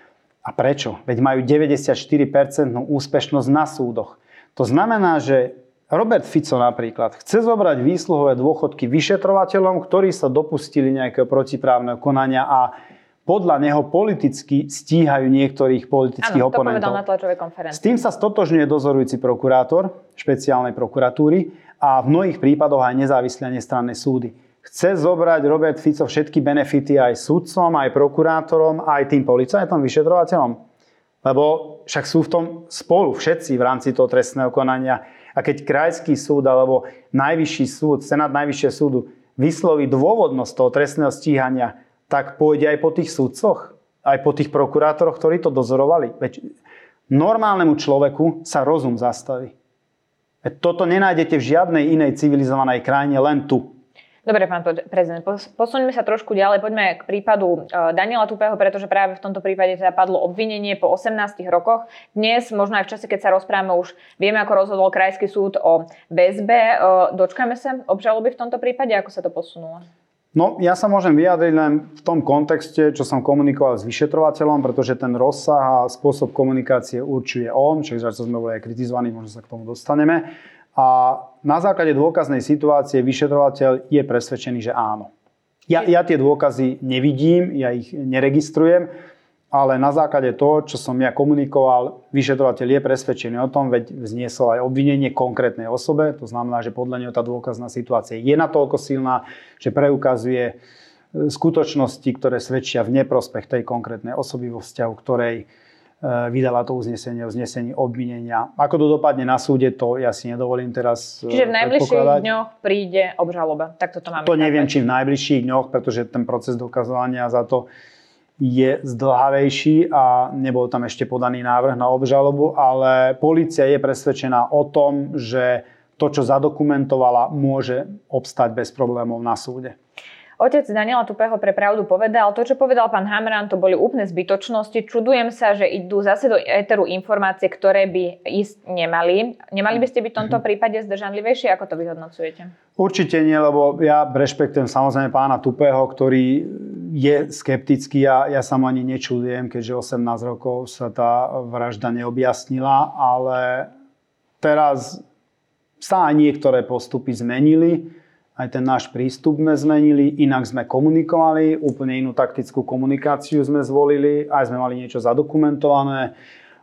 [SPEAKER 2] A prečo? Veď majú deväťdesiatštyri percent úspešnosť na súdoch. To znamená, že Robert Fico napríklad chce zobrať výsluhové dôchodky vyšetrovateľom, ktorí sa dopustili nejakého protiprávneho konania a podľa neho politicky stíhajú niektorých politických
[SPEAKER 1] ano,
[SPEAKER 2] oponentov.
[SPEAKER 1] Áno, to povedal na tlačovej konferencii.
[SPEAKER 2] S tým sa stotožňuje dozorujúci prokurátor špeciálnej prokuratúry a v mnohých prípadoch aj nezávislé a nestranné súdy. Chce zobrať Robert Fico všetky benefity aj sudcom, aj prokurátorom, aj tým policajtom, vyšetrovateľom. Lebo však sú v tom spolu všetci v rámci toho trestného konania. A keď krajský súd alebo najvyšší súd, senát najvyššieho súdu vysloví dôvodnosť toho trestného stíhania, tak pôjde aj po tých sudcoch, aj po tých prokurátoroch, ktorí to dozorovali. Veď normálnemu človeku sa rozum zastaví. Veď toto nenájdete v žiadnej inej civilizovanej krajine, len tu.
[SPEAKER 1] Dobre, pán prezident, posuňme sa trošku ďalej. Poďme k prípadu Daniela Tupého, pretože práve v tomto prípade teda padlo obvinenie po osemnástich rokoch. Dnes, možno aj v čase, keď sa rozprávame, už vieme, ako rozhodol Krajský súd o väzbe. Dočkáme sa obžaloby v tomto prípade? Ako sa to posunulo?
[SPEAKER 2] No, ja sa môžem vyjadriť len v tom kontexte, čo som komunikoval s vyšetrovateľom, pretože ten rozsah a spôsob komunikácie určuje on, čiže sme boli aj kritizovaní, možno sa k tomu dostaneme. A na základe dôkaznej situácie vyšetrovateľ je presvedčený, že áno. Ja, ja tie dôkazy nevidím, ja ich neregistrujem, ale na základe toho, čo som ja komunikoval, vyšetrovateľ je presvedčený o tom, veď vzniesol aj obvinenie konkrétnej osobe, to znamená, že podľa neho tá dôkazná situácia je natoľko silná, že preukazuje skutočnosti, ktoré svedčia v neprospech tej konkrétnej osoby, vo vzťahu ktorej vydala to uznesenie o znesení obvinenia. Ako to dopadne na súde, to ja si nedovolím teraz
[SPEAKER 1] Čiže v najbližších dňoch príde obžaloba. Tak toto máme.
[SPEAKER 2] To neviem, či v najbližších dňoch, pretože ten proces dokazovania za to je zdĺhavejší a nebol tam ešte podaný návrh na obžalobu, ale polícia je presvedčená o tom, že to, čo zadokumentovala, môže obstať bez problémov na súde.
[SPEAKER 1] Otec Daniela Tupého pre Pravdu povedal, to, čo povedal pán Hamran, to boli úplne zbytočnosti. Čudujem sa, že idú zase do éteru informácie, ktoré by ísť nemali. Nemali by ste byť v tomto prípade zdržanlivejšie? Ako to vyhodnocujete?
[SPEAKER 2] Určite nie, lebo ja rešpektujem samozrejme pána Tupého, ktorý je skeptický a ja sa mu ani nečudujem, keďže osemnásť rokov sa tá vražda neobjasnila, ale teraz sa aj niektoré postupy zmenili. Aj ten náš prístup sme zmenili, inak sme komunikovali, úplne inú taktickú komunikáciu sme zvolili, aj sme mali niečo zadokumentované.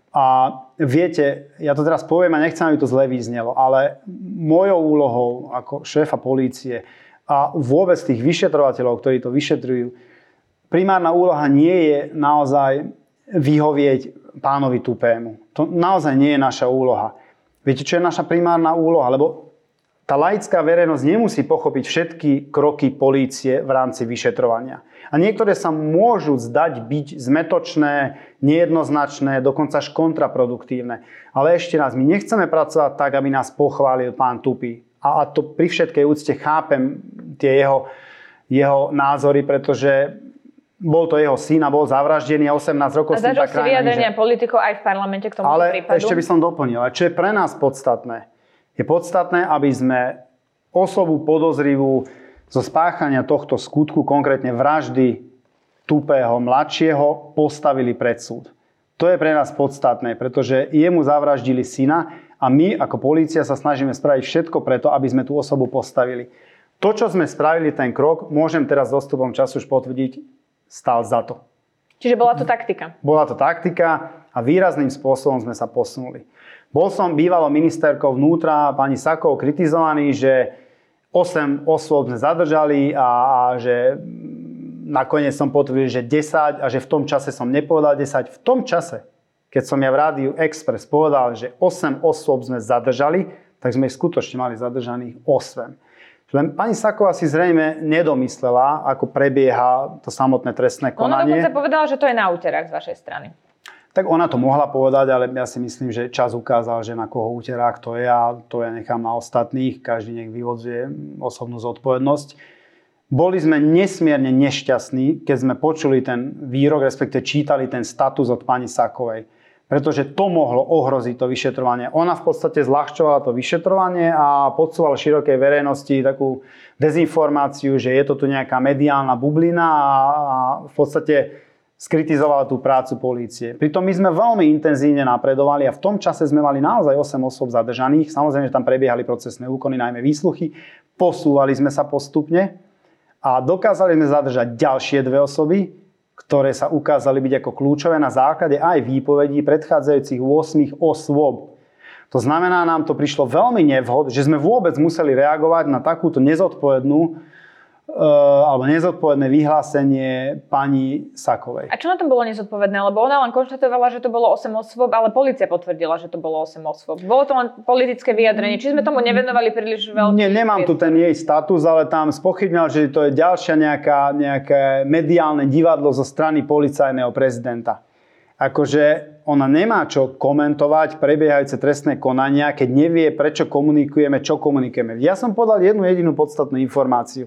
[SPEAKER 2] A viete, ja to teraz poviem a nechcem, aby to zle vyznelo, ale mojou úlohou ako šéfa polície a vôbec tých vyšetrovateľov, ktorí to vyšetrujú, primárna úloha nie je naozaj vyhovieť pánovi Tupému. To naozaj nie je naša úloha. Viete, čo je naša primárna úloha? Lebo tá laická verejnosť nemusí pochopiť všetky kroky polície v rámci vyšetrovania. A niektoré sa môžu zdať byť zmätočné, nejednoznačné, dokonca až kontraproduktívne. Ale ešte raz, my nechceme pracovať tak, aby nás pochválil pán Tupý. A to pri všetkej úcte chápem tie jeho, jeho názory, pretože bol to jeho syn a bol zavraždený a osemnásť rokov s tým tá krajina. A
[SPEAKER 1] zažil si vyjadrenia politikov aj v parlamente k tomuto
[SPEAKER 2] Ale
[SPEAKER 1] prípadu.
[SPEAKER 2] Ale ešte by som doplnil, čo je pre nás podstatné, je podstatné, aby sme osobu podozrivú zo spáchania tohto skutku, konkrétne vraždy Tupého mladšieho, postavili pred súd. To je pre nás podstatné, pretože jemu zavraždili syna a my ako polícia sa snažíme spraviť všetko preto, aby sme tú osobu postavili. To, čo sme spravili, ten krok, môžem teraz s dostupom času už potvrdiť, stál za to.
[SPEAKER 1] Čiže bola to taktika?
[SPEAKER 2] Bola to taktika a výrazným spôsobom sme sa posunuli. Bol som bývalou ministerkou vnútra pani Sakovou kritizovaný, že osem osôb sme zadržali a, a že nakoniec som potvrdil, že desať a že v tom čase som nepovedal desať. V tom čase, keď som ja v rádiu Express povedal, že osem osôb sme zadržali, tak sme ich skutočne mali zadržaných osem. Len pani Saková si zrejme nedomyslela, ako prebieha to samotné trestné konanie.
[SPEAKER 1] Ona dokonca povedala, že to je na úterák z vašej strany.
[SPEAKER 2] Tak ona to mohla povedať, ale ja si myslím, že čas ukázal, že na koho úterák to je a to ja nechám na ostatných. Každý nech vyvodzuje osobnú zodpovednosť. Boli sme nesmierne nešťastní, keď sme počuli ten výrok, respektíve čítali ten status od pani Sakovej. Pretože to mohlo ohroziť to vyšetrovanie. Ona v podstate zľahčovala to vyšetrovanie a podsúvala širokej verejnosti takú dezinformáciu, že je to tu nejaká mediálna bublina a v podstate skritizovala tú prácu polície. Pritom my sme veľmi intenzívne napredovali a v tom čase sme mali naozaj osem osôb zadržaných. Samozrejme, že tam prebiehali procesné úkony, najmä výsluchy. Posúvali sme sa postupne a dokázali sme zadržať ďalšie dve osoby, ktoré sa ukázali byť ako kľúčové na základe aj výpovedí predchádzajúcich ôsmich osôb. To znamená, nám to prišlo veľmi nevhod, že sme vôbec museli reagovať na takúto nezodpovednú alebo nezodpovedné vyhlásenie pani Sakovej.
[SPEAKER 1] A čo na tom bolo nezodpovedné? Lebo ona len konštatovala, že to bolo osem osôb, ale polícia potvrdila, že to bolo osem osôb. Bolo to len politické vyjadrenie. Či sme tomu nevenovali príliš veľký?
[SPEAKER 2] Nie, nemám tu ten jej status, ale tam spochybňal, že to je ďalšia nejaká, nejaké mediálne divadlo zo strany policajného prezidenta. Akože ona nemá čo komentovať prebiehajúce trestné konania, keď nevie, prečo komunikujeme, čo komunikujeme. Ja som podal jednu jedinú podstatnú informáciu,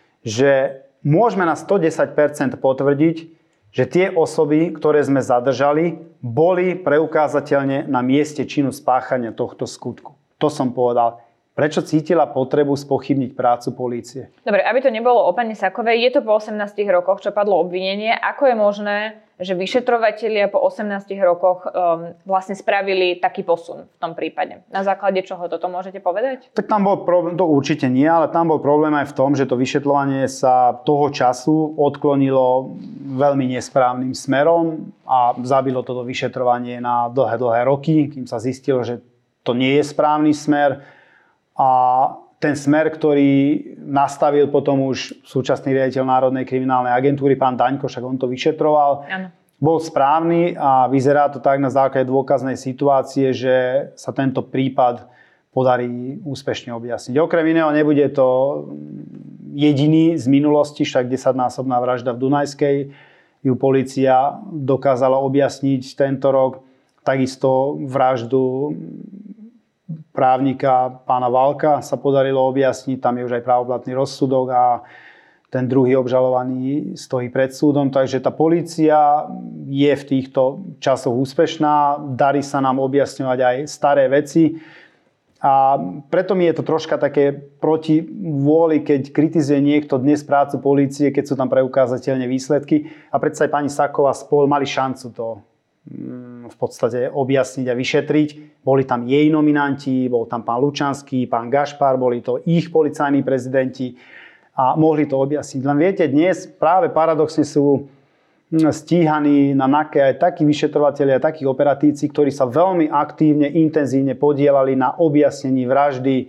[SPEAKER 2] že môžeme na sto desať percent potvrdiť, že tie osoby, ktoré sme zadržali, boli preukázateľne na mieste činu spáchania tohto skutku. To som povedal. Prečo cítila potrebu spochybniť prácu polície?
[SPEAKER 1] Dobre, aby to nebolo o pani Sakovej, je to po osemnástich rokoch, čo padlo obvinenie. Ako je možné, že vyšetrovatelia po osemnástich rokoch um, vlastne spravili taký posun v tom prípade? Na základe čoho toto môžete povedať?
[SPEAKER 2] Tak tam bol problém, to určite nie, ale tam bol problém aj v tom, že to vyšetrovanie sa toho času odklonilo veľmi nesprávnym smerom a zabilo toto vyšetrovanie na dlhé, dlhé roky, kým sa zistilo, že to nie je správny smer. A ten smer, ktorý nastavil potom už súčasný riaditeľ Národnej kriminálnej agentúry, pán Daňko, však on to vyšetroval.
[SPEAKER 1] Ano.
[SPEAKER 2] bol správny a vyzerá to tak na základe dôkaznej situácie, že sa tento prípad podarí úspešne objasniť. Okrem iného nebude to jediný z minulosti, však desaťnásobná vražda v Dunajskej ju polícia dokázala objasniť tento rok. Takisto vraždu právnika pána Valka sa podarilo objasniť, tam je už aj právoplatný rozsudok a ten druhý obžalovaný stojí pred súdom, takže tá polícia je v týchto časoch úspešná, darí sa nám objasňovať aj staré veci a preto mi je to troška také proti vôli, keď kritizuje niekto dnes prácu polície, keď sú tam preukázateľne výsledky a predsa aj pani Saková spol mali šancu to v podstate objasniť a vyšetriť. Boli tam jej nominanti, bol tam pán Lučanský, pán Gašpar, boli to ich policajní prezidenti a mohli to objasniť. Len viete, dnes práve paradoxne sú stíhaní na NAKE aj takí vyšetrovatelia, takí operatívci, ktorí sa veľmi aktívne, intenzívne podielali na objasnení vraždy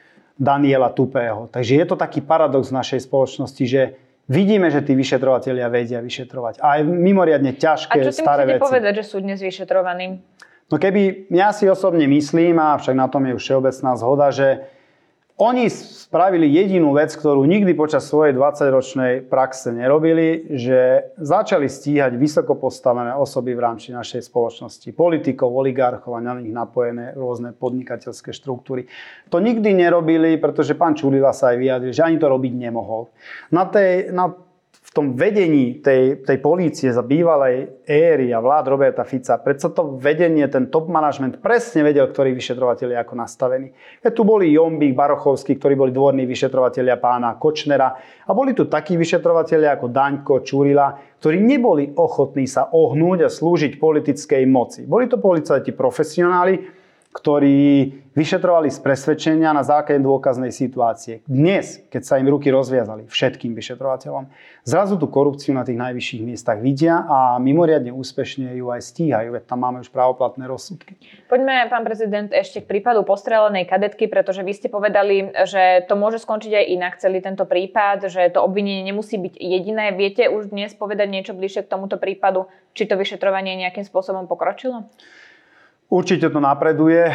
[SPEAKER 2] Daniela Tupého. Takže je to taký paradox v našej spoločnosti, že vidíme, že tí vyšetrovatelia vedia vyšetrovať. A aj mimoriadne ťažké, staré veci. A čo tým chcete
[SPEAKER 1] povedať, že sú dnes vyšetrovaní?
[SPEAKER 2] No keby, ja si osobne myslím, a však na tom je už všeobecná zhoda, že oni spravili jedinú vec, ktorú nikdy počas svojej dvadsaťročnej praxe nerobili, že začali stíhať vysoko postavené osoby v rámci našej spoločnosti. Politikov, oligarchov a na nich napojené rôzne podnikateľské štruktúry. To nikdy nerobili, pretože pán Čurila sa aj vyjadril, že ani to robiť nemohol. Na tej, na, v tom vedení tej, tej polície za bývalej éry a vlád Roberta Fica, predsa to vedenie, ten top management presne vedel, ktorí vyšetrovatelia ako nastavení. Veď tu boli Jombík, Barochovský, ktorí boli dvorní vyšetrovatelia pána Kočnera a boli tu takí vyšetrovatelia ako Daňko, Čurila, ktorí neboli ochotní sa ohnúť a slúžiť politickej moci. Boli to policajti profesionáli, ktorí vyšetrovali z presvedčenia na základe dôkaznej situácie. Dnes, keď sa im ruky rozviazali všetkým vyšetrovateľom, zrazu tú korupciu na tých najvyšších miestach vidia a mimoriadne úspešne ju aj stíhajú, veď tam máme už právoplatné rozsudky.
[SPEAKER 1] Poďme, pán prezident, ešte k prípadu postrelenej kadetky, pretože vy ste povedali, že to môže skončiť aj inak, celý tento prípad, že to obvinenie nemusí byť jediné. Viete už dnes povedať niečo bližšie k tomuto prípadu? Či to vyšetrovanie nejakým spôsobom pokročilo?
[SPEAKER 2] Určite to napreduje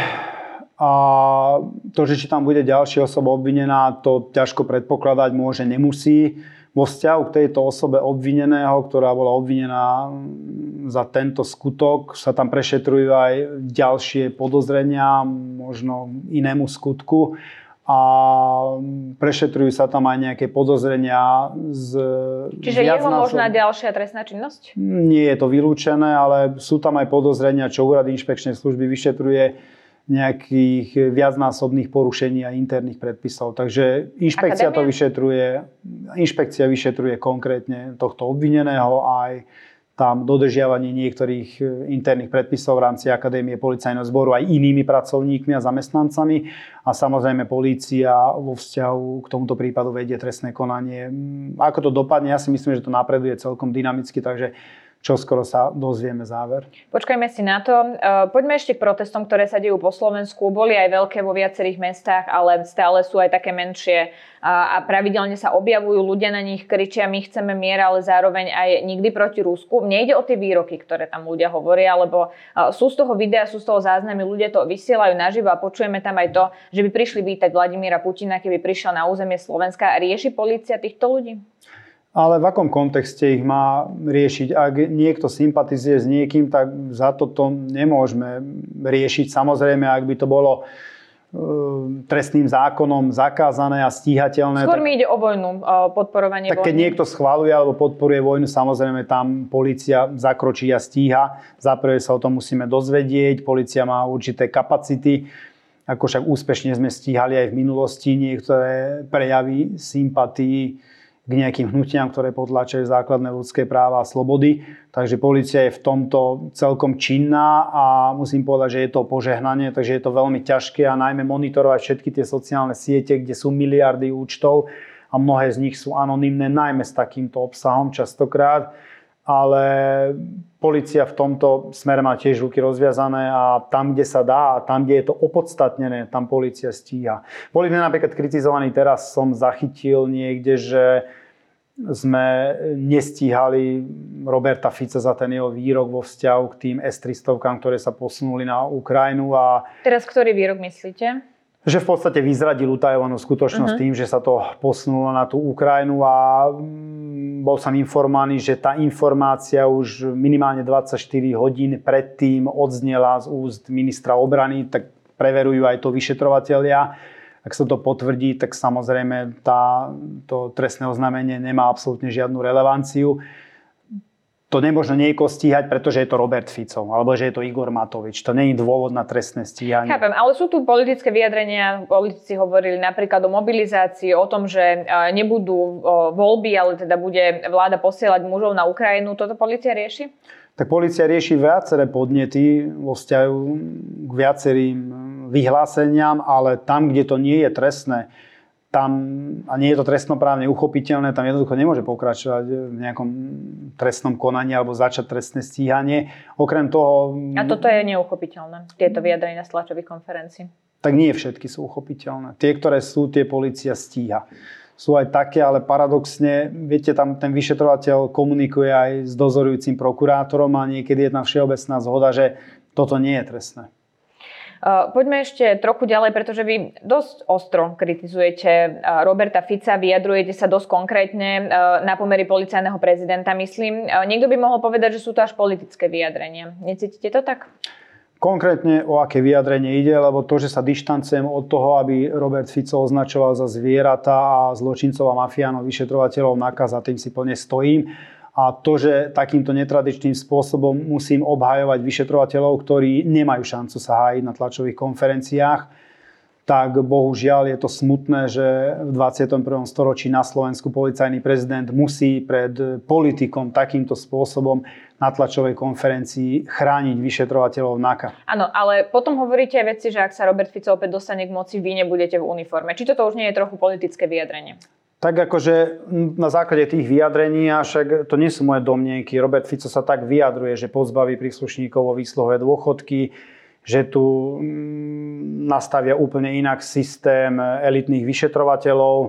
[SPEAKER 2] a to, že či tam bude ďalšia osoba obvinená, to ťažko predpokladať môže, nemusí. Vo vzťahu k tejto osobe obvineného, ktorá bola obvinená za tento skutok, sa tam prešetrujú aj ďalšie podozrenia, možno inému skutku. A prešetrujú sa tam aj nejaké podozrenia z
[SPEAKER 1] Čiže je ho možná ďalšia trestná činnosť?
[SPEAKER 2] Nie je to vylúčené, ale sú tam aj podozrenia, čo úrad inšpekčnej služby vyšetruje nejakých viacnásobných porušení a interných predpisov. Takže inšpekcia Akadémia? to vyšetruje, inšpekcia vyšetruje konkrétne tohto obvineného aj tam dodržiavanie niektorých interných predpisov v rámci Akadémie policajného zboru aj inými pracovníkmi a zamestnancami. A samozrejme polícia vo vzťahu k tomuto prípadu vedie trestné konanie. Ako to dopadne, ja si myslím, že to napreduje celkom dynamicky, takže čoskoro sa dozvieme záver.
[SPEAKER 1] Počkajme si na to. Poďme ešte k protestom, ktoré sa dejú po Slovensku. Boli aj veľké vo viacerých mestách, ale stále sú aj také menšie a pravidelne sa objavujú ľudia na nich, kričia my chceme mier, ale zároveň aj nikdy proti Rusku. Mne ide o tie výroky, ktoré tam ľudia hovoria, lebo sú z toho videa, sú z toho záznamy, ľudia to vysielajú naživo a počujeme tam aj to, že by prišli vítať Vladimíra Putina, keby prišiel na územie Slovenska. Rieši polícia týchto ľudí?
[SPEAKER 2] Ale v akom kontexte ich má riešiť? Ak niekto sympatizuje s niekým, tak za toto nemôžeme riešiť. Samozrejme, ak by to bolo trestným zákonom zakázané a stíhateľné.
[SPEAKER 1] Skôr
[SPEAKER 2] tak,
[SPEAKER 1] mi ide o vojnu, o podporovanie
[SPEAKER 2] tak
[SPEAKER 1] vojny.
[SPEAKER 2] Keď niekto schvaľuje alebo podporuje vojnu, samozrejme tam polícia zakročí a stíha. Zaprvé sa o tom musíme dozvedieť. Polícia má určité kapacity. Ako však úspešne sme stíhali aj v minulosti niektoré prejavy sympatí k nejakým hnutiam, ktoré potláčajú základné ľudské práva a slobody. Takže polícia je v tomto celkom činná a musím povedať, že je to požehnanie, takže je to veľmi ťažké a najmä monitorovať všetky tie sociálne siete, kde sú miliardy účtov a mnohé z nich sú anonymné, najmä s takýmto obsahom častokrát. Ale polícia v tomto smere má tiež ruky rozviazané a tam, kde sa dá a tam, kde je to opodstatnené, tam polícia stíha. Boli sme napríklad kritizovaní, teraz som zachytil niekde, že sme nestíhali Roberta Fica za ten jeho výrok vo vzťahu k tým es tristo, ktoré sa posunuli na Ukrajinu. A
[SPEAKER 1] teraz ktorý výrok myslíte?
[SPEAKER 2] Že v podstate vyzradil utajovanú skutočnosť uh-huh. tým, že sa to posunulo na tú Ukrajinu a bol som informovaný, že tá informácia už minimálne dvadsaťštyri hodín predtým odznela z úst ministra obrany, tak preverujú aj to vyšetrovatelia. Ak sa to potvrdí, tak samozrejme tá, to trestné oznámenie nemá absolútne žiadnu relevanciu. To nemôžno niekoho stíhať, pretože je to Robert Fico, alebo že je to Igor Matovič. To nie je dôvod na trestné stíhanie.
[SPEAKER 1] Chápem, ale sú tu politické vyjadrenia. Politici hovorili napríklad o mobilizácii, o tom, že nebudú voľby, ale teda bude vláda posielať mužov na Ukrajinu. Toto polícia rieši?
[SPEAKER 2] Tak polícia rieši viaceré podnety vo vzťahu k viacerým vyhláseniam, ale tam, kde to nie je trestné, tam, a nie je to trestnoprávne uchopiteľné, tam jednoducho nemôže pokračovať v nejakom trestnom konaní alebo začať trestné stíhanie. Okrem toho...
[SPEAKER 1] A toto je neuchopiteľné, tieto vyjadrenia z tlačových konferencií?
[SPEAKER 2] Tak nie všetky sú uchopiteľné. Tie, ktoré sú, tie polícia stíha. Sú aj také, ale paradoxne, viete, tam ten vyšetrovateľ komunikuje aj s dozorujúcim prokurátorom a niekedy je tam všeobecná zhoda, že toto nie je trestné.
[SPEAKER 1] Poďme ešte trochu ďalej, pretože vy dosť ostro kritizujete Roberta Fica, vyjadrujete sa dosť konkrétne na pomery policajného prezidenta, myslím. Niekto by mohol povedať, že sú to až politické vyjadrenia. Necítite to tak?
[SPEAKER 2] Konkrétne o aké vyjadrenie ide, lebo to, že sa dištancujem od toho, aby Robert Fico označoval za zvieratá a zločincov a mafiánov, vyšetrovateľov nákaz, a tým si plne stojím. A to, že takýmto netradičným spôsobom musím obhajovať vyšetrovateľov, ktorí nemajú šancu sa hájiť na tlačových konferenciách, tak bohužiaľ je to smutné, že v dvadsiatom prvom storočí na Slovensku policajný prezident musí pred politikom takýmto spôsobom na tlačovej konferencii chrániť vyšetrovateľov náka.
[SPEAKER 1] Áno, ale potom hovoríte aj veci, že ak sa Robert Fico opäť dostane k moci, vy nebudete v uniforme. Či toto už nie je trochu politické vyjadrenie?
[SPEAKER 2] Tak akože na základe tých vyjadrení, a však to nie sú moje domnienky, Robert Fico sa tak vyjadruje, že pozbaví príslušníkov vo výsluhové dôchodky, že tu nastavia úplne inak systém elitných vyšetrovateľov,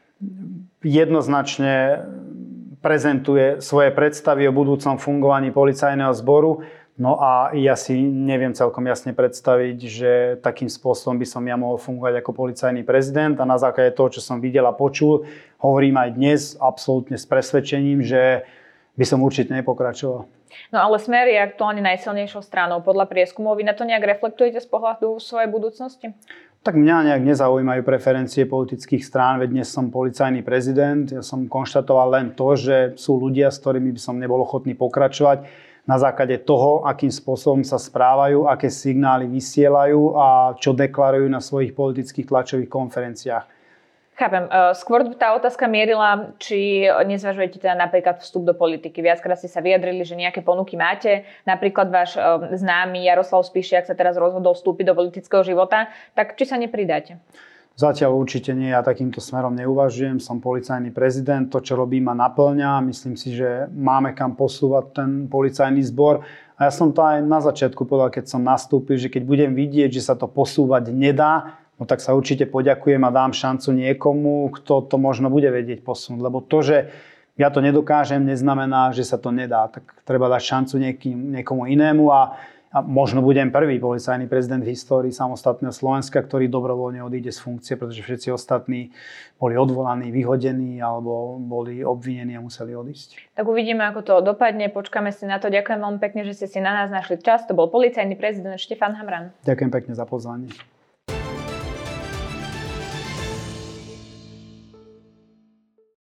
[SPEAKER 2] jednoznačne prezentuje svoje predstavy o budúcom fungovaní policajného zboru. No a ja si neviem celkom jasne predstaviť, že takým spôsobom by som ja mohol fungovať ako policajný prezident, a na základe toho, čo som videl a počul, hovorím aj dnes absolútne s presvedčením, že by som určite nepokračoval.
[SPEAKER 1] No ale Smer je aktuálne najsilnejšou stranou podľa prieskumov. Vy na to nejak reflektujete z pohľadu svojej budúcnosti?
[SPEAKER 2] Tak mňa nejak nezaujímajú preferencie politických strán, veď dnes som policajný prezident. Ja som konštatoval len to, že sú ľudia, s ktorými by som nebol ochotný pokračovať na základe toho, akým spôsobom sa správajú, aké signály vysielajú a čo deklarujú na svojich politických tlačových konferenciách.
[SPEAKER 1] Chápem. Skôr tá otázka mierila, či nezvažujete teda napríklad vstup do politiky. Viackrát ste sa vyjadrili, že nejaké ponuky máte. Napríklad váš známy Jaroslav Spišiak sa teraz rozhodol vstúpiť do politického života. Tak či sa nepridáte?
[SPEAKER 2] Zatiaľ určite nie, ja takýmto smerom neuvažujem. Som policajný prezident, to, čo robím, ma naplňa. Myslím si, že máme kam posúvať ten policajný zbor. A ja som to aj na začiatku povedal, keď som nastúpil, že keď budem vidieť, že sa to posúvať nedá, no tak sa určite poďakujem a dám šancu niekomu, kto to možno bude vedieť posunúť. Lebo to, že ja to nedokážem, neznamená, že sa to nedá. Tak treba dať šancu niekým, niekomu inému a A možno budem prvý policajný prezident v histórii samostatného Slovenska, ktorý dobrovoľne odíde z funkcie, pretože všetci ostatní boli odvolaní, vyhodení alebo boli obvinení a museli odísť.
[SPEAKER 1] Tak uvidíme, ako to dopadne. Počkáme si na to. Ďakujem veľmi pekne, že ste si na nás našli čas. To bol policajný prezident Štefan Hamran.
[SPEAKER 2] Ďakujem pekne za pozvanie.